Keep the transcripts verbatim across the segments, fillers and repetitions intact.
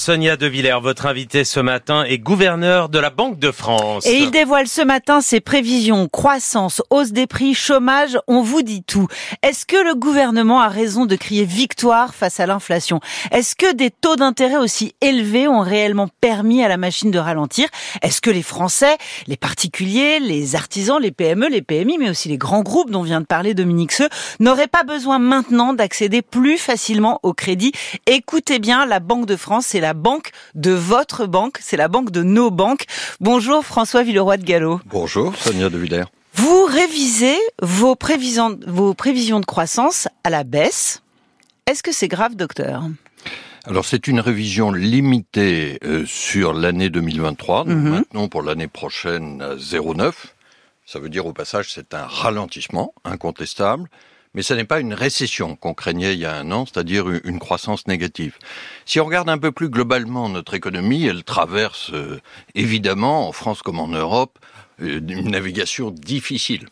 Sonia De Villers, votre invitée ce matin, est gouverneur de la Banque de France. Et il dévoile ce matin ses prévisions, croissance, hausse des prix, chômage, on vous dit tout. Est-ce que le gouvernement a raison de crier victoire face à l'inflation? Est-ce que des taux d'intérêt aussi élevés ont réellement permis à la machine de ralentir? Est-ce que les Français, les particuliers, les artisans, les P M E, les P M I, mais aussi les grands groupes dont vient de parler Dominique Seux, n'auraient pas besoin maintenant d'accéder plus facilement au crédit? Écoutez bien, la Banque de France, c'est la banque de votre banque, c'est la banque de nos banques. Bonjour François Villeroy de Galhau. Bonjour Sonia De Villers. Vous révisez vos prévisions, vos prévisions de croissance à la baisse. Est-ce que c'est grave, docteur ? Alors c'est une révision limitée euh, sur l'année deux mille vingt-trois. Nous Mm-hmm. maintenons pour l'année prochaine à zéro virgule neuf. Ça veut dire au passage c'est un ralentissement incontestable. Mais ce n'est pas une récession qu'on craignait il y a un an, c'est-à-dire une croissance négative. Si on regarde un peu plus globalement notre économie, elle traverse euh, évidemment, en France comme en Europe, euh, une navigation difficile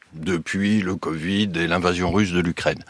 depuis le Covid et l'invasion russe de l'Ukraine.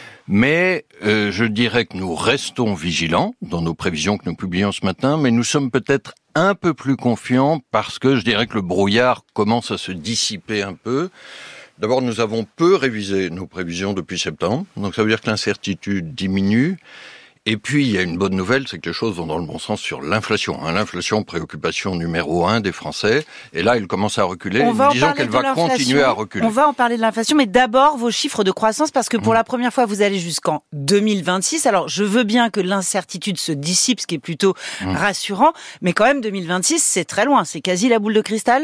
Mais euh, je dirais que nous restons vigilants dans nos prévisions que nous publions ce matin, mais nous sommes peut-être un peu plus confiants parce que je dirais que le brouillard commence à se dissiper un peu. D'abord, nous avons peu révisé nos prévisions depuis septembre, donc ça veut dire que l'incertitude diminue. Et puis, il y a une bonne nouvelle, c'est que les choses vont dans le bon sens sur l'inflation. Hein, l'inflation, préoccupation numéro un des Français. Et là, elle commence à reculer. Nous disons qu'elle va continuer à reculer. On va en parler de l'inflation, mais d'abord, vos chiffres de croissance, parce que pour mmh. la première fois, vous allez jusqu'en deux mille vingt-six. Alors, je veux bien que l'incertitude se dissipe, ce qui est plutôt mmh. rassurant. Mais quand même, deux mille vingt-six, c'est très loin. C'est quasi la boule de cristal.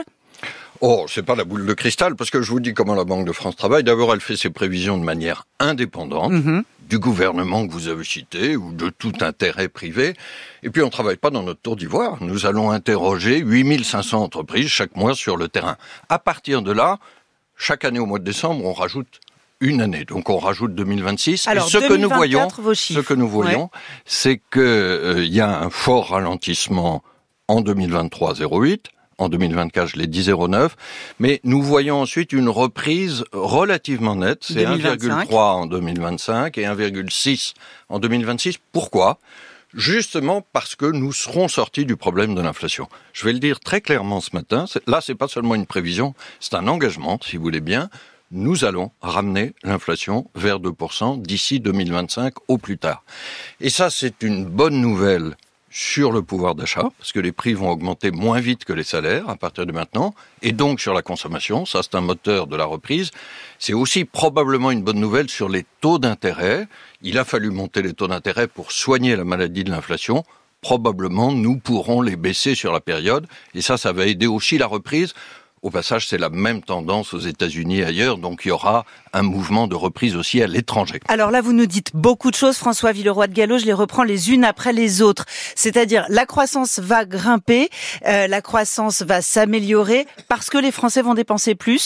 Oh, c'est pas la boule de cristal, parce que je vous dis comment la Banque de France travaille. D'abord, elle fait ses prévisions de manière indépendante mmh. du gouvernement que vous avez cité, ou de tout intérêt privé. Et puis, on travaille pas dans notre tour d'ivoire. Nous allons interroger huit mille cinq cents entreprises chaque mois sur le terrain. À partir de là, chaque année au mois de décembre, on rajoute une année. Donc, on rajoute deux mille vingt-six. Alors, et ce que nous voyons, ce que nous voyons, ouais. c'est que euh, y a un fort ralentissement en deux mille vingt-trois, zéro virgule huit. En deux mille vingt-quatre, je l'ai dit, zéro virgule neuf. Mais nous voyons ensuite une reprise relativement nette. C'est un virgule trois en deux mille vingt-cinq et un virgule six en deux mille vingt-six. Pourquoi ? Justement parce que nous serons sortis du problème de l'inflation. Je vais le dire très clairement ce matin. Là, c'est pas seulement une prévision, c'est un engagement, si vous voulez bien. Nous allons ramener l'inflation vers deux pour cent d'ici deux mille vingt-cinq au plus tard. Et ça, c'est une bonne nouvelle sur le pouvoir d'achat, parce que les prix vont augmenter moins vite que les salaires à partir de maintenant, et donc sur la consommation, ça c'est un moteur de la reprise. C'est aussi probablement une bonne nouvelle sur les taux d'intérêt. Il a fallu monter les taux d'intérêt pour soigner la maladie de l'inflation. Probablement, nous pourrons les baisser sur la période, et ça, ça va aider aussi la reprise. Au passage, c'est la même tendance aux États-Unis et ailleurs, donc il y aura un mouvement de reprise aussi à l'étranger. Alors là, vous nous dites beaucoup de choses, François Villeroy de Galhau, je les reprends les unes après les autres. C'est-à-dire, la croissance va grimper, euh, la croissance va s'améliorer, parce que les Français vont dépenser plus ?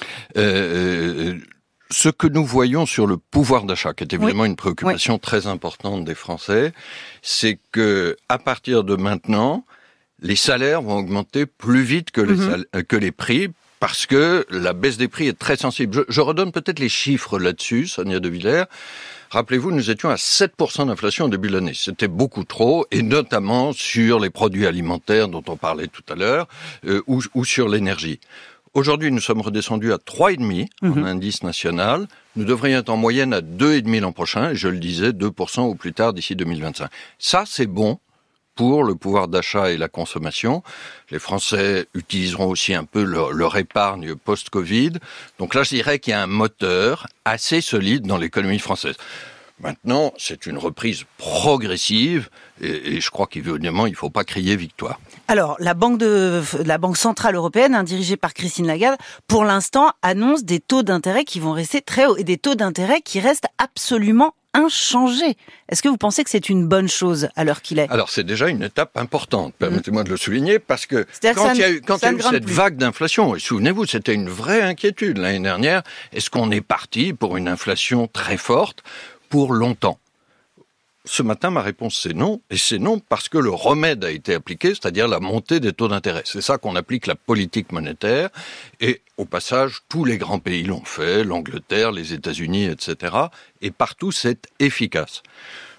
euh, Ce que nous voyons sur le pouvoir d'achat, qui est évidemment oui. une préoccupation oui. très importante des Français, c'est que à partir de maintenant, les salaires vont augmenter plus vite que les, mmh. sal- que les prix, parce que la baisse des prix est très sensible. Je, je redonne peut-être les chiffres là-dessus, Sonia De Villers. Rappelez-vous, nous étions à sept pour cent d'inflation au début de l'année. C'était beaucoup trop, et notamment sur les produits alimentaires dont on parlait tout à l'heure, euh, ou, ou sur l'énergie. Aujourd'hui, nous sommes redescendus à trois virgule cinq mmh. en indice national. Nous devrions être en moyenne à deux virgule cinq l'an prochain, et je le disais, deux pour cent au plus tard d'ici deux mille vingt-cinq. Ça, c'est bon pour le pouvoir d'achat et la consommation. Les Français utiliseront aussi un peu leur, leur épargne post-Covid. Donc là, je dirais qu'il y a un moteur assez solide dans l'économie française. Maintenant, c'est une reprise progressive et, et je crois qu'évidemment, il ne faut pas crier victoire. Alors, la Banque de la Banque centrale européenne, hein, dirigée par Christine Lagarde, pour l'instant, annonce des taux d'intérêt qui vont rester très hauts et des taux d'intérêt qui restent absolument inchangé. Est-ce que vous pensez que c'est une bonne chose à l'heure qu'il est ? Alors, c'est déjà une étape importante, permettez-moi de le souligner, parce que quand il y a eu, quand il y a eu cette plus. vague d'inflation, et souvenez-vous, c'était une vraie inquiétude l'année dernière, est-ce qu'on est parti pour une inflation très forte pour longtemps ? Ce matin, ma réponse c'est non, et c'est non parce que le remède a été appliqué, c'est-à-dire la montée des taux d'intérêt. C'est ça qu'on applique la politique monétaire, et au passage, tous les grands pays l'ont fait, l'Angleterre, les États-Unis, et cetera, et partout c'est efficace.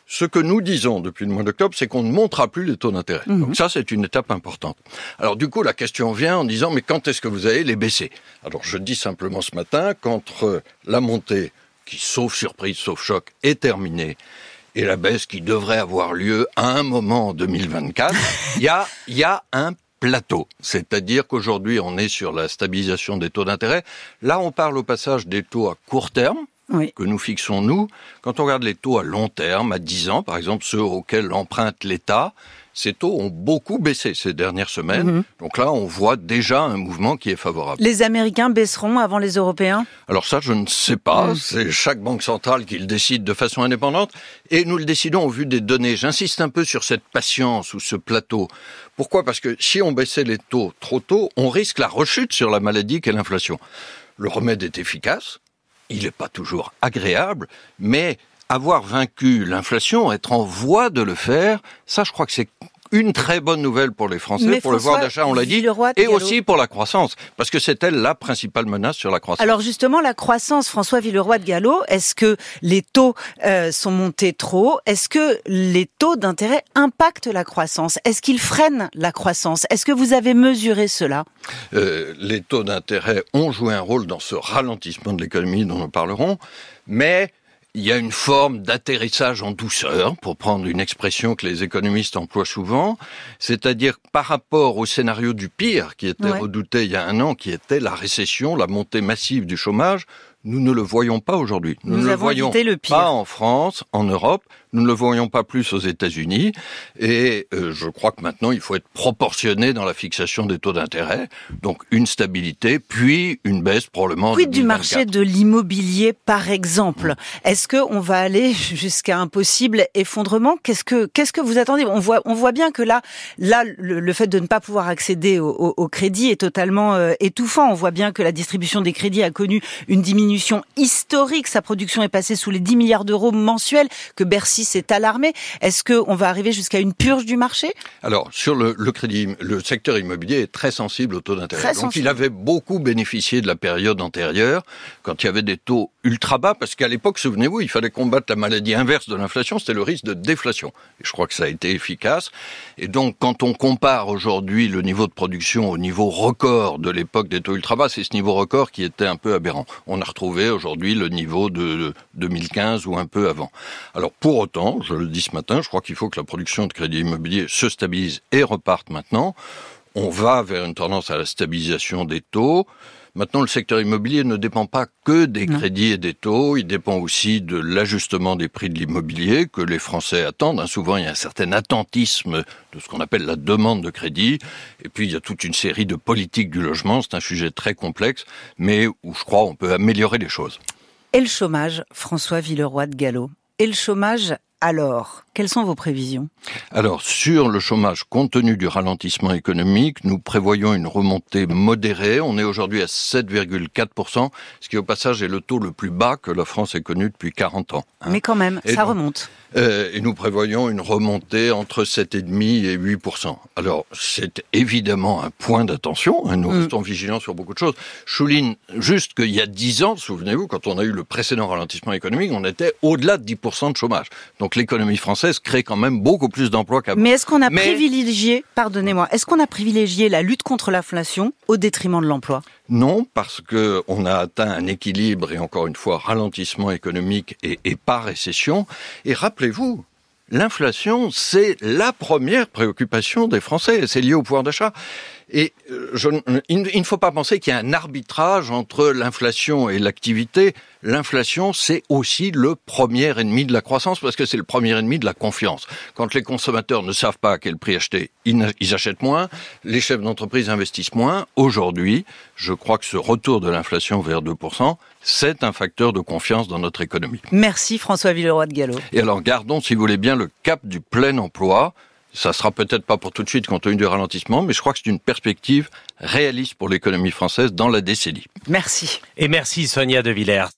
Ce que nous disons depuis le mois d'octobre, c'est qu'on ne montera plus les taux d'intérêt. Mmh. Donc ça, c'est une étape importante. Alors du coup, la question vient en disant, mais quand est-ce que vous allez les baisser? Alors je dis simplement ce matin qu'entre la montée, qui sauf surprise, sauf choc, est terminée, et la baisse qui devrait avoir lieu à un moment en deux mille vingt-quatre, il y a, il y a un plateau. C'est-à-dire qu'aujourd'hui, on est sur la stabilisation des taux d'intérêt. Là, on parle au passage des taux à court terme, oui. que nous fixons nous. Quand on regarde les taux à long terme, à dix ans, par exemple, ceux auxquels emprunte l'État, ces taux ont beaucoup baissé ces dernières semaines. Mmh. Donc là, on voit déjà un mouvement qui est favorable. Les Américains baisseront avant les Européens ? Alors ça, je ne sais pas. Mmh. C'est chaque banque centrale qui le décide de façon indépendante. Et nous le décidons au vu des données. J'insiste un peu sur cette patience ou ce plateau. Pourquoi ? Parce que si on baissait les taux trop tôt, on risque la rechute sur la maladie qu'est l'inflation. Le remède est efficace. Il n'est pas toujours agréable, mais avoir vaincu l'inflation, être en voie de le faire, ça je crois que c'est une très bonne nouvelle pour les Français, mais pour François, le pouvoir d'achat, on l'a dit, et Gallo. Aussi pour la croissance, parce que c'est elle la principale menace sur la croissance. Alors justement, la croissance, François Villeroy de Gallo, est-ce que les taux euh, sont montés trop haut ? Est-ce que les taux d'intérêt impactent la croissance ? Est-ce qu'ils freinent la croissance ? Est-ce que vous avez mesuré cela ? euh, Les taux d'intérêt ont joué un rôle dans ce ralentissement de l'économie dont nous parlerons, mais il y a une forme d'atterrissage en douceur, pour prendre une expression que les économistes emploient souvent, c'est-à-dire par rapport au scénario du pire qui était ouais. redouté il y a un an, qui était la récession, la montée massive du chômage, nous ne le voyons pas aujourd'hui. Nous, nous ne le voyons le pas en France, en Europe, nous ne le voyons pas plus aux États-Unis, et euh, je crois que maintenant il faut être proportionné dans la fixation des taux d'intérêt, donc une stabilité, puis une baisse probablement. Quid du marché de l'immobilier, par exemple ? Mmh. Est-ce que on va aller jusqu'à un possible effondrement ? Qu'est-ce que qu'est-ce que vous attendez ? On voit on voit bien que là là le, le fait de ne pas pouvoir accéder au, au, au crédit est totalement euh, étouffant. On voit bien que la distribution des crédits a connu une diminution historique. Sa production est passée sous les dix milliards d'euros mensuels, que Bercy s'est alarmé. Est-ce qu'on va arriver jusqu'à une purge du marché ? Alors, sur le, le crédit, le secteur immobilier est très sensible au taux d'intérêt. Très Donc, sensible. Il avait beaucoup bénéficié de la période antérieure, quand il y avait des taux ultra bas, parce qu'à l'époque, souvenez-vous, il fallait combattre la maladie inverse de l'inflation, c'était le risque de déflation. Et je crois que ça a été efficace. Et donc, quand on compare aujourd'hui le niveau de production au niveau record de l'époque des taux ultra bas, c'est ce niveau record qui était un peu aberrant. On a retrouvé aujourd'hui le niveau de deux mille quinze ou un peu avant. Alors, pour autant, je le dis ce matin, je crois qu'il faut que la production de crédit immobilier se stabilise et reparte maintenant. On va vers une tendance à la stabilisation des taux. Maintenant, le secteur immobilier ne dépend pas que des non. crédits et des taux, il dépend aussi de l'ajustement des prix de l'immobilier que les Français attendent. Souvent, il y a un certain attentisme de ce qu'on appelle la demande de crédit. Et puis, il y a toute une série de politiques du logement. C'est un sujet très complexe, mais où je crois on peut améliorer les choses. Et le chômage, François Villeroy de Gallo. Et le chômage, alors, quelles sont vos prévisions ? Alors, sur le chômage, compte tenu du ralentissement économique, nous prévoyons une remontée modérée. On est aujourd'hui à sept virgule quatre pour cent, ce qui au passage est le taux le plus bas que la France ait connu depuis quarante ans. Hein. Mais quand même, et ça donc, remonte. Euh, et nous prévoyons une remontée entre sept virgule cinq et huit pour cent. Alors, c'est évidemment un point d'attention. Hein, nous mmh. restons vigilants sur beaucoup de choses. Je souligne juste qu'il y a dix ans, souvenez-vous, quand on a eu le précédent ralentissement économique, on était au-delà de dix pour cent de chômage. Donc l'économie française crée quand même beaucoup plus d'emplois qu'avant. Mais est-ce qu'on a Mais... privilégié, pardonnez-moi, est-ce qu'on a privilégié la lutte contre l'inflation au détriment de l'emploi ? Non, parce que on a atteint un équilibre et encore une fois ralentissement économique et, et pas récession. Et rappelez-vous, l'inflation, c'est la première préoccupation des Français. C'est lié au pouvoir d'achat. Et je, il, il ne faut pas penser qu'il y a un arbitrage entre l'inflation et l'activité. L'inflation, c'est aussi le premier ennemi de la croissance parce que c'est le premier ennemi de la confiance. Quand les consommateurs ne savent pas à quel prix acheter, ils, ils achètent moins, les chefs d'entreprise investissent moins. Aujourd'hui, je crois que ce retour de l'inflation vers deux pour cent, c'est un facteur de confiance dans notre économie. Merci François Villeroy de Gallo. Et alors gardons, si vous voulez bien, le cap du plein emploi. Ça sera peut-être pas pour tout de suite compte tenu du ralentissement, mais je crois que c'est une perspective réaliste pour l'économie française dans la décennie. Merci. Et merci Sonia De Villers.